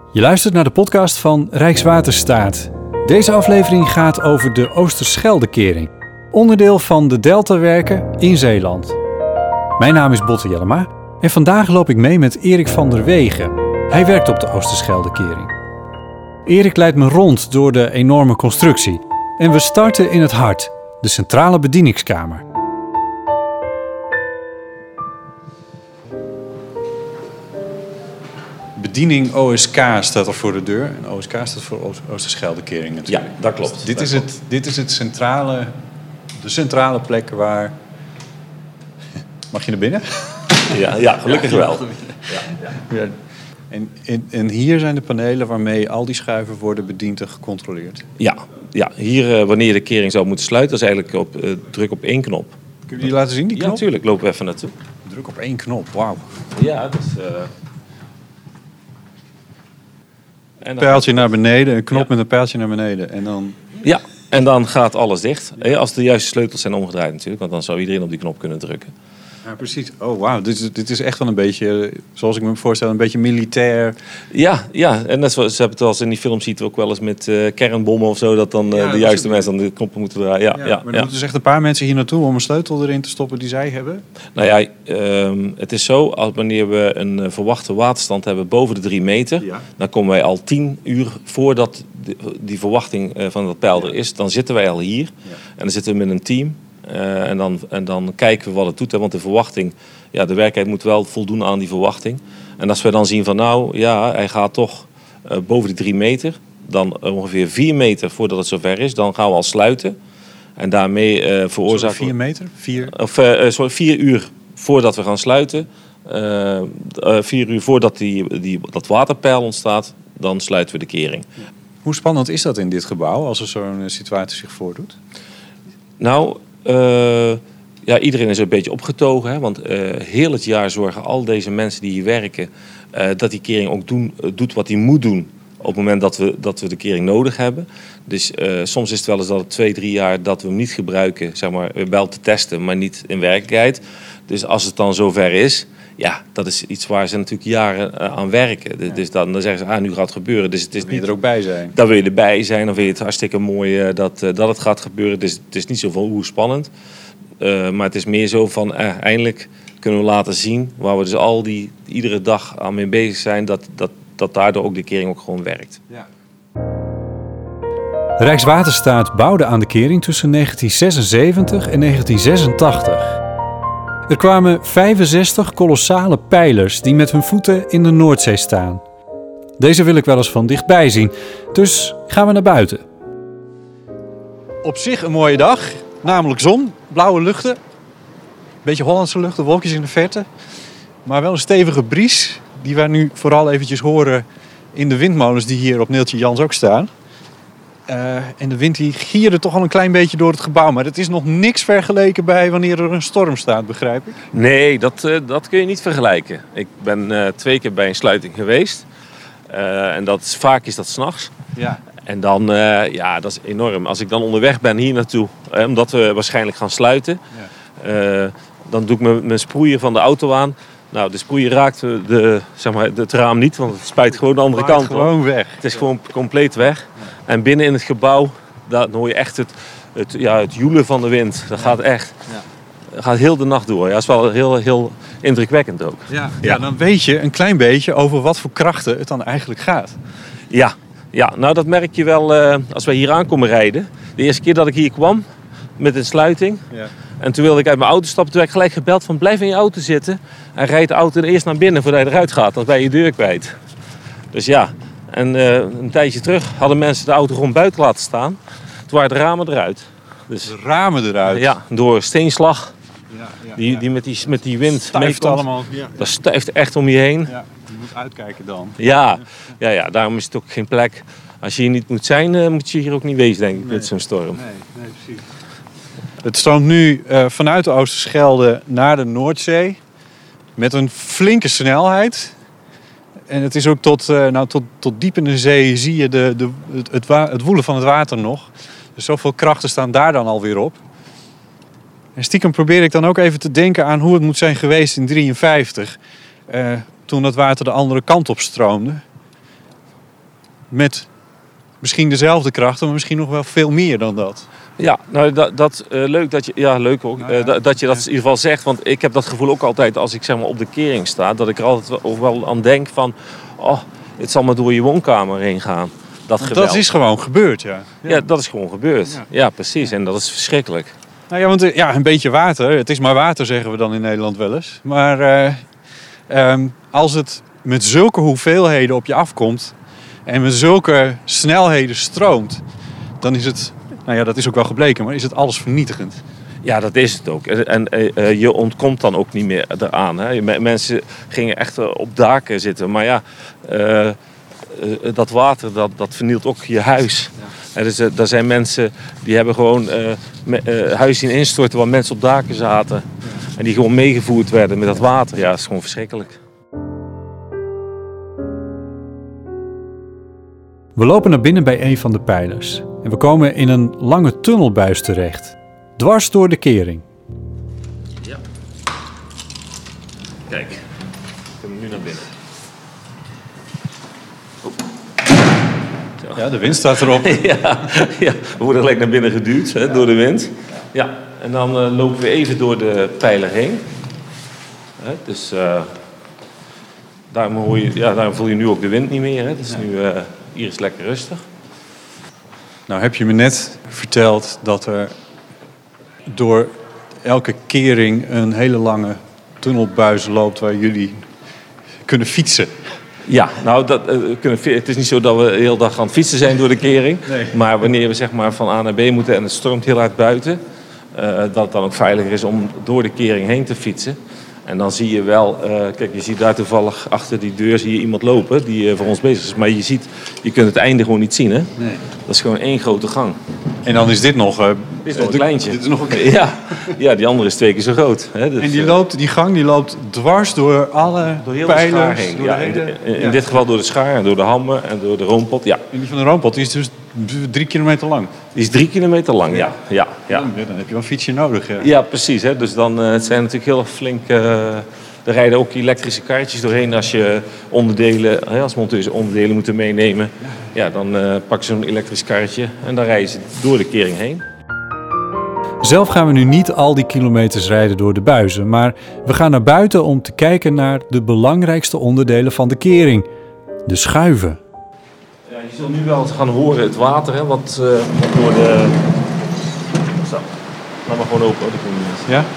Je luistert naar de podcast van Rijkswaterstaat. Deze aflevering gaat over de Oosterscheldekering, onderdeel van de Deltawerken in Zeeland. Mijn naam is Botte Jellema en vandaag loop ik mee met Erik van der Wegen. Hij werkt op de Oosterscheldekering. Erik leidt me rond door de enorme constructie en we starten in het hart, de centrale bedieningskamer. Bediening OSK staat er voor de deur. En OSK staat voor Oosterscheldekering natuurlijk. Ja, dat klopt. Dit is het de centrale plek waar... Mag je naar binnen? Ja, gelukkig wel. Ja. En hier zijn de panelen waarmee al die schuiven worden bediend en gecontroleerd. Ja, hier wanneer je de kering zou moeten sluiten, dat is eigenlijk druk op één knop. Kun je die laten zien, die knop? Ja, natuurlijk. Lopen we even naartoe. Druk op één knop, wauw. Ja, dat is... Een pijltje naar beneden, een knop met een pijltje naar beneden en dan... Ja, en dan gaat alles dicht. Als de juiste sleutels zijn omgedraaid natuurlijk, want dan zou iedereen op die knop kunnen drukken. Ja, precies. Oh, wauw. Dit is echt wel een beetje, zoals ik me voorstel, een beetje militair. Ja. En net zoals, ze hebben het wel eens in die film ziet ook wel eens met kernbommen of zo, dat dan de juiste mensen aan de knoppen moeten draaien. Maar er moeten dus echt een paar mensen hier naartoe om een sleutel erin te stoppen die zij hebben? Nou ja, het is zo, wanneer we een verwachte waterstand hebben boven de 3 meter, dan komen wij al 10 uur voordat die verwachting van dat pijl er is, dan zitten wij al hier. Ja. En dan zitten we met een team. En dan kijken we wat het doet. Hè? Want de verwachting, de werkelijkheid moet wel voldoen aan die verwachting. En als we dan zien van hij gaat toch boven de 3 meter. Dan ongeveer 4 meter voordat het zover is. Dan gaan we al sluiten. En daarmee veroorzaken we... 4 meter? 4 uur voordat we gaan sluiten. 4 uur voordat dat waterpeil ontstaat. Dan sluiten we de kering. Ja. Hoe spannend is dat in dit gebouw als er zo'n situatie zich voordoet? Nou... iedereen is een beetje opgetogen. Hè? Want heel het jaar zorgen al deze mensen die hier werken... dat die kering ook doet wat hij moet doen... op het moment dat we de kering nodig hebben. Dus soms is het wel eens dat het 2-3 jaar dat we hem niet gebruiken... zeg maar, wel te testen, maar niet in werkelijkheid. Dus als het dan zover is... Ja, dat is iets waar ze natuurlijk jaren aan werken. Ja. Dus dan zeggen ze, nu gaat het gebeuren. Dus het is dan wil je er ook bij zijn. Dan wil je erbij zijn. Dan vind je het hartstikke mooi dat het gaat gebeuren. Dus het is niet zo van hoe spannend. Maar het is meer zo van, eindelijk kunnen we laten zien... waar we dus iedere dag aan mee bezig zijn... dat daardoor ook de kering ook gewoon werkt. Ja. Rijkswaterstaat bouwde aan de kering tussen 1976 en 1986... Er kwamen 65 kolossale pijlers die met hun voeten in de Noordzee staan. Deze wil ik wel eens van dichtbij zien, dus gaan we naar buiten. Op zich een mooie dag, namelijk zon, blauwe luchten. Beetje Hollandse luchten, wolkjes in de verte. Maar wel een stevige bries, die wij nu vooral eventjes horen in de windmolens die hier op Neeltje Jans ook staan. En de wind die gierde toch al een klein beetje door het gebouw. Maar dat is nog niks vergeleken bij wanneer er een storm staat, begrijp ik? Nee, dat kun je niet vergelijken. Ik ben 2 keer bij een sluiting geweest. En vaak is dat 's nachts. Ja. En dan, dat is enorm. Als ik dan onderweg ben hier naartoe, omdat we waarschijnlijk gaan sluiten... Ja. Dan doe ik mijn sproeier van de auto aan. Nou, de sproeier raakt het raam niet, want het spuit gewoon de andere kant op. Gewoon weg. Het is gewoon compleet weg. Ja. En binnen in het gebouw, dan hoor je echt het joelen van de wind. Dat gaat echt. Ja. Dat gaat heel de nacht door. Ja, dat is wel heel, heel indrukwekkend ook. Ja, dan weet je een klein beetje over wat voor krachten het dan eigenlijk gaat. Ja, nou dat merk je wel als wij hier aankomen rijden. De eerste keer dat ik hier kwam met een sluiting. Ja. En toen wilde ik uit mijn auto stappen. Toen werd ik gelijk gebeld van blijf in je auto zitten. En rijd de auto eerst naar binnen voordat je eruit gaat. Dan ben je je deur kwijt. Dus ja. En een tijdje terug hadden mensen de auto gewoon buiten laten staan. Toen waren de ramen eruit. Dus, de ramen eruit? Ja, door steenslag. Die met die wind stuift allemaal. Ja. Dat stuift echt om je heen. Ja, je moet uitkijken dan. Ja, daarom is het ook geen plek. Als je hier niet moet zijn, moet je hier ook niet wezen, denk ik, met zo'n storm. Nee, precies. Het stroomt nu vanuit de Oosterschelde naar de Noordzee. Met een flinke snelheid. En het is ook tot diep in de zee zie je het woelen van het water nog. Dus zoveel krachten staan daar dan alweer op. En stiekem probeer ik dan ook even te denken aan hoe het moet zijn geweest in 1953. Toen dat water de andere kant op stroomde. met misschien dezelfde krachten, maar misschien nog wel veel meer dan dat. Ja, nou leuk dat je, leuk ook, dat je dat in ieder geval zegt. Want ik heb dat gevoel ook altijd als ik zeg maar op de kering sta. Dat ik er altijd wel aan denk van, het zal maar door je woonkamer heen gaan. Dat is gewoon gebeurd, ja. Ja, dat is gewoon gebeurd. Ja, precies. En dat is verschrikkelijk. Nou ja, want een beetje water. Het is maar water, zeggen we dan in Nederland wel eens. Maar als het met zulke hoeveelheden op je afkomt en met zulke snelheden stroomt, dan is het, dat is ook wel gebleken, maar is het alles vernietigend. Ja, dat is het ook. En je ontkomt dan ook niet meer eraan. Hè. Mensen gingen echt op daken zitten. Maar dat water, dat vernielt ook je huis. Ja. Dus er zijn mensen die hebben gewoon huis zien instorten waar mensen op daken zaten. Ja. En die gewoon meegevoerd werden met dat water. Ja, dat is gewoon verschrikkelijk. We lopen naar binnen bij een van de pijlers. En we komen in een lange tunnelbuis terecht. Dwars door de kering. Ja. Kijk, ik kom nu naar binnen. Ja, de wind staat erop. ja, we worden gelijk naar binnen geduwd door de wind. Ja, en dan lopen we even door de pijler heen. Dus daarom voel je nu ook de wind niet meer. Dus nu, hier is het lekker rustig. Nou heb je me net verteld dat er door elke kering een hele lange tunnelbuis loopt waar jullie kunnen fietsen. Ja, nou, het is niet zo dat we de hele dag aan het fietsen zijn door de kering. Nee. Maar wanneer we zeg maar van A naar B moeten en het stormt heel hard buiten, dat het dan ook veiliger is om door de kering heen te fietsen. En dan zie je wel, kijk, je ziet daar toevallig achter die deur zie je iemand lopen die voor ons bezig is. Maar je kunt het einde gewoon niet zien, hè? Nee. Dat is gewoon één grote gang. En dan is dit nog... dit is nog een kleintje. Dit is nog een... ja, die andere is 2 keer zo groot. Hè? Dus, en die gang loopt dwars door alle pijlers heen. Ja, in dit geval door de schaar en door de hammen en door de roompot. Ja. En die van de roompot die is dus 3 kilometer lang. Die is 3 kilometer lang, ja. Dan heb je wel een fietsje nodig. Ja, precies. Hè? Dus dan het zijn natuurlijk heel flink... er rijden ook elektrische karretjes doorheen als je onderdelen, als monteurs onderdelen moeten meenemen. Ja, dan pakken ze een elektrisch karretje en dan rijden ze door de kering heen. Zelf gaan we nu niet al die kilometers rijden door de buizen, maar we gaan naar buiten om te kijken naar de belangrijkste onderdelen van de kering, de schuiven. Ja, je zult nu wel gaan horen het water, hè, wat door de... Zo, laat maar gewoon open, dat kunnen we. Ja?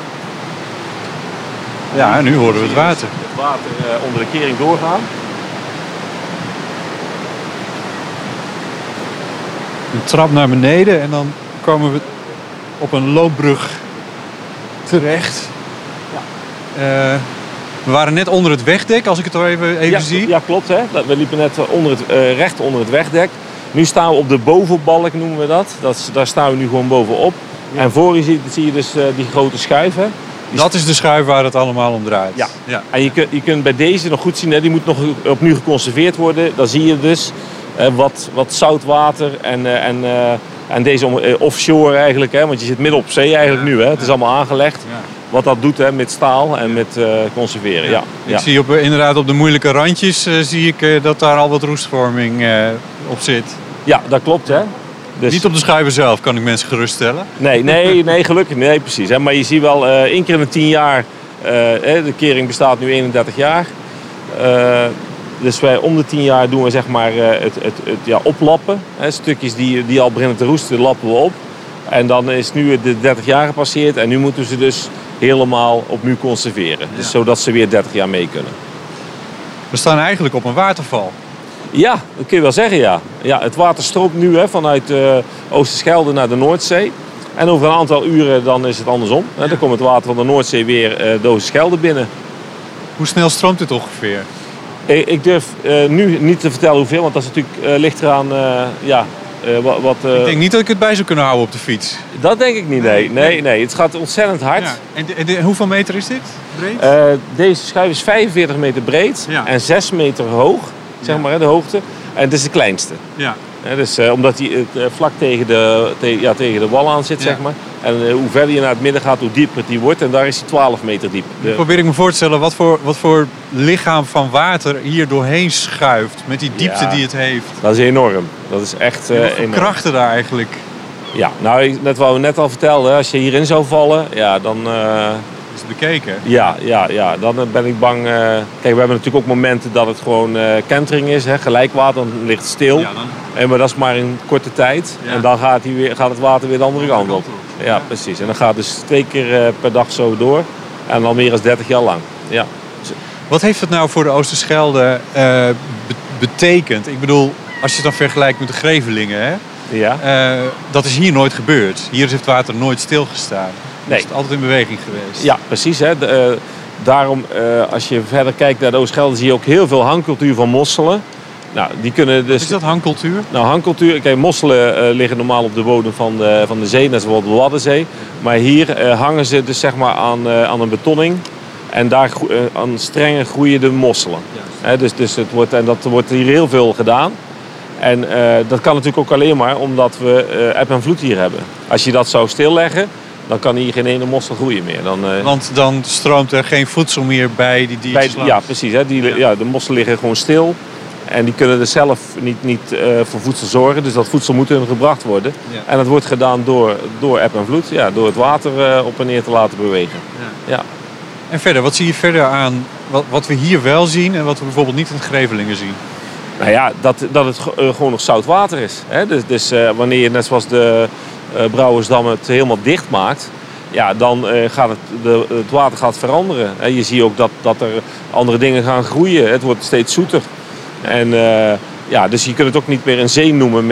Ja, nu horen we het water. Het water onder de kering doorgaan. Een trap naar beneden en dan komen we op een loopbrug terecht. Ja. We waren net onder het wegdek, als ik het al even zie. Ja, klopt. Hè? We liepen net recht onder het wegdek. Nu staan we op de bovenbalk, noemen we dat. Daar staan we nu gewoon bovenop. Ja. En voor je zie je dus die grote schuiven. Dat is de schuif waar het allemaal om draait. Ja. En je kunt bij deze nog goed zien, hè, die moet nog opnieuw geconserveerd worden. Dan zie je dus wat zoutwater en deze offshore eigenlijk. Hè, want je zit midden op zee eigenlijk nu. Hè. Het is allemaal aangelegd. Ja. Wat dat doet, hè, met staal en met conserveren. Ja. Ik zie inderdaad op de moeilijke randjes zie ik dat daar al wat roestvorming op zit. Ja, dat klopt. Hè. Dus... Niet op de schuiven zelf, kan ik mensen geruststellen? Nee, gelukkig. Nee, precies. Hè. Maar je ziet wel, 1 keer in de 10 jaar, de kering bestaat nu 31 jaar. Dus wij om de 10 jaar doen we zeg maar het oplappen. Hè. Stukjes die al beginnen te roesten, lappen we op. En dan is nu de 30 jaar gepasseerd en nu moeten ze dus helemaal opnieuw conserveren. Dus zodat ze weer 30 jaar mee kunnen. We staan eigenlijk op een waterval. Ja, dat kun je wel zeggen, ja. Het water stroomt nu vanuit Oosterschelde naar de Noordzee. En over een aantal uren dan is het andersom. Ja. Dan komt het water van de Noordzee weer de Oosterschelde binnen. Hoe snel stroomt dit ongeveer? Ik durf nu niet te vertellen hoeveel, want dat is natuurlijk ligt eraan... Ik denk niet dat ik het bij zou kunnen houden op de fiets. Dat denk ik niet, nee. Het gaat ontzettend hard. Ja. En hoeveel meter is dit breed? Deze schuif is 45 meter breed en 6 meter hoog, zeg maar, de hoogte. En het is de kleinste. Ja. Dus, omdat hij vlak tegen de wal aan zit, zeg maar. En hoe verder je naar het midden gaat, hoe dieper die wordt. En daar is hij 12 meter diep. Probeer ik me voor te stellen wat voor lichaam van water hier doorheen schuift. Met die diepte die het heeft. Dat is enorm. Dat is echt enorm. Krachten daar eigenlijk. Ja, nou, net wat we net al vertelden. Als je hierin zou vallen, ja, dan... Is het bekeken? Ja, dan ben ik bang. Kijk, we hebben natuurlijk ook momenten dat het gewoon kentering is, gelijkwater, dan ligt het stil. Ja, maar dat is maar in korte tijd. Ja. En dan gaat het water weer de andere kant op. Ja, precies. En dan gaat het dus 2 keer per dag zo door. En al meer dan 30 jaar lang. Ja. Wat heeft het nou voor de Oosterschelde betekend? Ik bedoel, als je het dan vergelijkt met de Grevelingen, hè? Ja. Dat is hier nooit gebeurd. Hier heeft het water nooit stilgestaan. Nee. Is het altijd in beweging geweest? Ja, precies. Daarom, als je verder kijkt naar de Oosterschelde, zie je ook heel veel hangcultuur van mosselen. Nou, die kunnen dus... Wat is dat, hangcultuur? Nou, hangcultuur... Kijk, mosselen liggen normaal op de bodem van de zee, net zoals bijvoorbeeld de Waddenzee. Maar hier hangen ze dus zeg maar aan een betonning. En daar aan strengen groeien de mosselen. Dus dat wordt hier heel veel gedaan. En dat kan natuurlijk ook alleen maar omdat we eb en vloed hier hebben. Als je dat zou stilleggen, dan kan hier geen ene mossel groeien meer. Want dan stroomt er geen voedsel meer bij die diertjes langs. Ja, precies. De mosselen liggen gewoon stil. En die kunnen er zelf niet voor voedsel zorgen. Dus dat voedsel moet hun gebracht worden. Ja. En dat wordt gedaan door eb en vloed. Ja, door het water op en neer te laten bewegen. Ja. En verder, wat zie je verder aan wat we hier wel zien en wat we bijvoorbeeld niet in het Grevelingen zien? Nou ja, dat het gewoon nog zout water is. Dus wanneer je net zoals de Brouwersdam het helemaal dicht maakt, ja, dan gaat het water gaat veranderen. Je ziet ook dat er andere dingen gaan groeien. Het wordt steeds zoeter. En dus je kunt het ook niet meer een zee noemen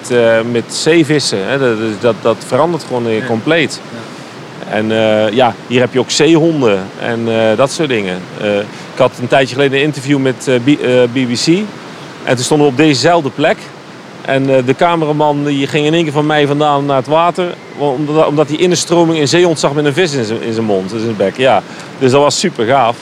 met zeevissen. Dat verandert gewoon compleet. Ja. En hier heb je ook zeehonden en dat soort dingen. Ik had een tijdje geleden een interview met BBC. En toen stonden we op dezezelfde plek. En de cameraman die ging in één keer van mij vandaan naar het water. Omdat hij in de stroming een zeehond zag met een vis in zijn mond, in zijn bek. Ja. Dus dat was super gaaf.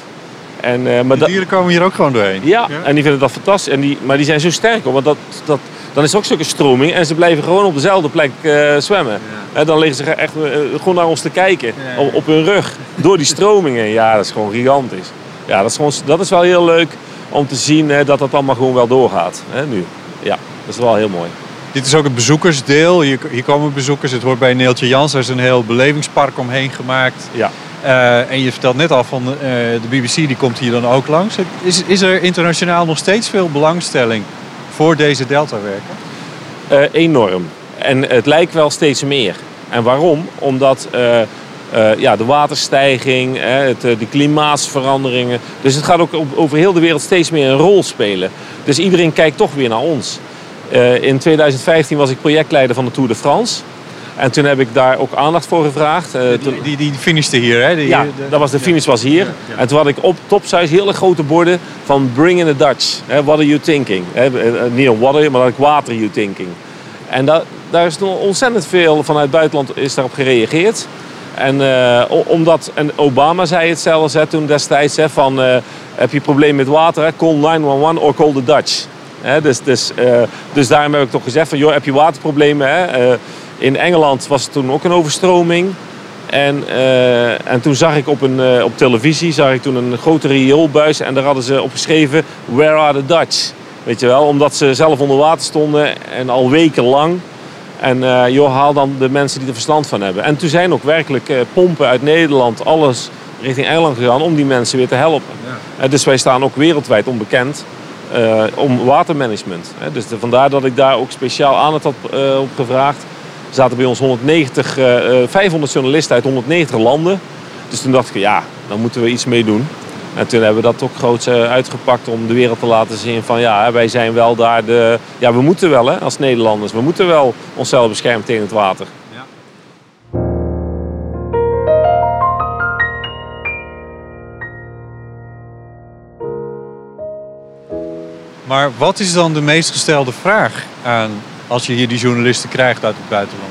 Maar dieren komen hier ook gewoon doorheen? Ja, en die vinden dat fantastisch. Maar die zijn zo sterk, want dan is er ook zulke stroming. En ze blijven gewoon op dezelfde plek zwemmen. Ja. Dan liggen ze echt gewoon naar ons te kijken. Ja. Op hun rug. Door die stromingen. Ja, dat is gewoon gigantisch. Ja, dat is wel heel leuk om te zien dat dat allemaal gewoon wel doorgaat. Nu. Ja, dat is wel heel mooi. Dit is ook het bezoekersdeel. Hier komen bezoekers. Het hoort bij Neeltje Jans. Er is een heel belevingspark omheen gemaakt. Ja. En je vertelt net al van de BBC, die komt hier dan ook langs. Is er internationaal nog steeds veel belangstelling voor deze deltawerken? Enorm. En het lijkt wel steeds meer. En waarom? Omdat de waterstijging, de klimaatsveranderingen. Dus het gaat ook over heel de wereld steeds meer een rol spelen. Dus iedereen kijkt toch weer naar ons. In 2015 was ik projectleider van de Tour de France. En toen heb ik daar ook aandacht voor gevraagd. Die finishte hier, hè? De finish was hier. Ja. En toen had ik op topsize hele grote borden van Bring in the Dutch. What are you thinking? Niet on water, maar what are you thinking? En daar is ontzettend veel vanuit het buitenland is daarop gereageerd. En Obama zei het zelfs toen destijds. Heb je een probleem met water? Call 911 or call the Dutch. Dus daarom heb ik toch gezegd van, joh, heb je waterproblemen? In Engeland was het toen ook een overstroming. En toen zag ik op televisie een grote rioolbuis. En daar hadden ze op geschreven, where are the Dutch? Weet je wel, omdat ze zelf onder water stonden en al weken lang. En haal dan de mensen die er verstand van hebben. En toen zijn ook werkelijk pompen uit Nederland, alles richting Engeland gegaan om die mensen weer te helpen. Ja. Dus wij staan ook wereldwijd onbekend om watermanagement. Dus vandaar dat ik daar ook speciaal aandacht had op gevraagd. Er zaten bij ons 500 journalisten uit 190 landen. Dus toen dacht ik, ja, dan moeten we iets mee doen. En toen hebben we dat ook groots uitgepakt om de wereld te laten zien van, ja, wij zijn wel daar Ja, we moeten wel, als Nederlanders. We moeten wel onszelf beschermen tegen het water. Ja. Maar wat is dan de meest gestelde vraag als je hier die journalisten krijgt uit het buitenland?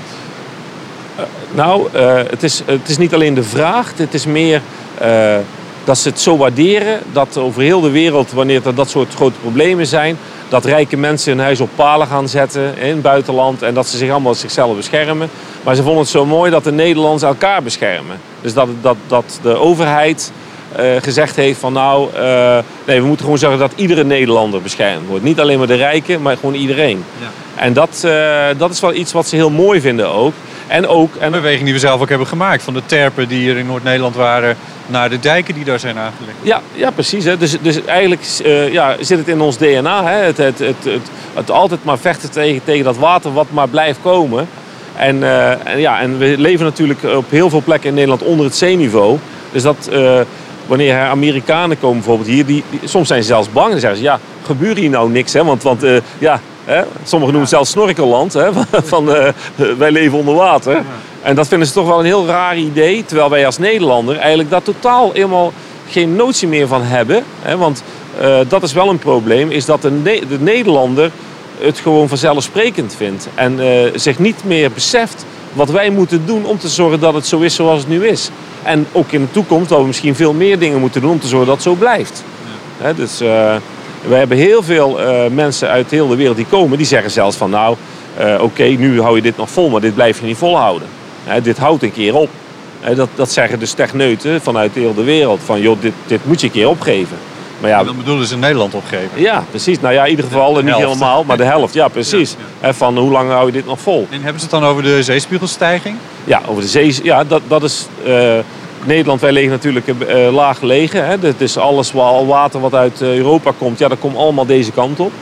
Het is niet alleen de vraag. Het is meer dat ze het zo waarderen dat over heel de wereld, wanneer er dat soort grote problemen zijn, dat rijke mensen hun huis op palen gaan zetten in het buitenland. En dat ze zich allemaal zichzelf beschermen. Maar ze vonden het zo mooi dat de Nederlanders elkaar beschermen. Dus dat de overheid gezegd heeft van nee, we moeten gewoon zorgen dat iedere Nederlander beschermd wordt. Niet alleen maar de rijken, maar gewoon iedereen. Ja. En dat is wel iets wat ze heel mooi vinden ook. En een beweging die we zelf ook hebben gemaakt. Van de terpen die hier in Noord-Nederland waren naar de dijken die daar zijn aangelegd. Ja, precies. Hè. Dus eigenlijk zit het in ons DNA. Hè. Het altijd maar vechten tegen dat water wat maar blijft komen. En we leven natuurlijk op heel veel plekken in Nederland onder het zeeniveau. Dus dat wanneer Amerikanen komen bijvoorbeeld hier, soms zijn ze zelfs bang. Dan zeggen ze, gebeurt hier nou niks. Hè? Want sommigen noemen het zelfs snorkelland. Hè? Wij leven onder water. Ja. En dat vinden ze toch wel een heel raar idee. Terwijl wij als Nederlander eigenlijk daar totaal helemaal geen notie meer van hebben. Hè? Want dat is wel een probleem. Is dat de Nederlander het gewoon vanzelfsprekend vindt. En zich niet meer beseft wat wij moeten doen om te zorgen dat het zo is zoals het nu is. En ook in de toekomst dat we misschien veel meer dingen moeten doen om te zorgen dat het zo blijft. Ja. Dus we hebben heel veel mensen uit heel de wereld die komen. Die zeggen zelfs van oké, nu hou je dit nog vol, maar dit blijf je niet volhouden. Dit houdt een keer op. Dat zeggen dus techneuten vanuit heel de wereld. Van joh, dit moet je een keer opgeven. Maar en dan bedoelen ze in Nederland opgeven? Ja, precies. Nou ja, in ieder geval niet helemaal, maar de helft. Ja, precies. Ja. Van hoe lang hou je dit nog vol? En hebben ze het dan over de zeespiegelstijging? Ja, over de zee. Ja, dat is... Nederland, wij liggen natuurlijk laag gelegen. Hè. Dus alles water wat uit Europa komt, dat komt allemaal deze kant op.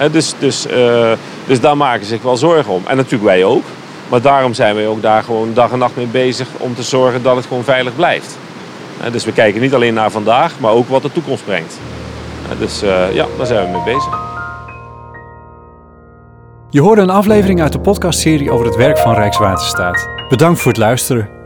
Dus daar maken ze zich wel zorgen om. En natuurlijk wij ook. Maar daarom zijn wij ook daar gewoon dag en nacht mee bezig om te zorgen dat het gewoon veilig blijft. Dus we kijken niet alleen naar vandaag, maar ook wat de toekomst brengt. Dus daar zijn we mee bezig. Je hoorde een aflevering uit de podcastserie over het werk van Rijkswaterstaat. Bedankt voor het luisteren.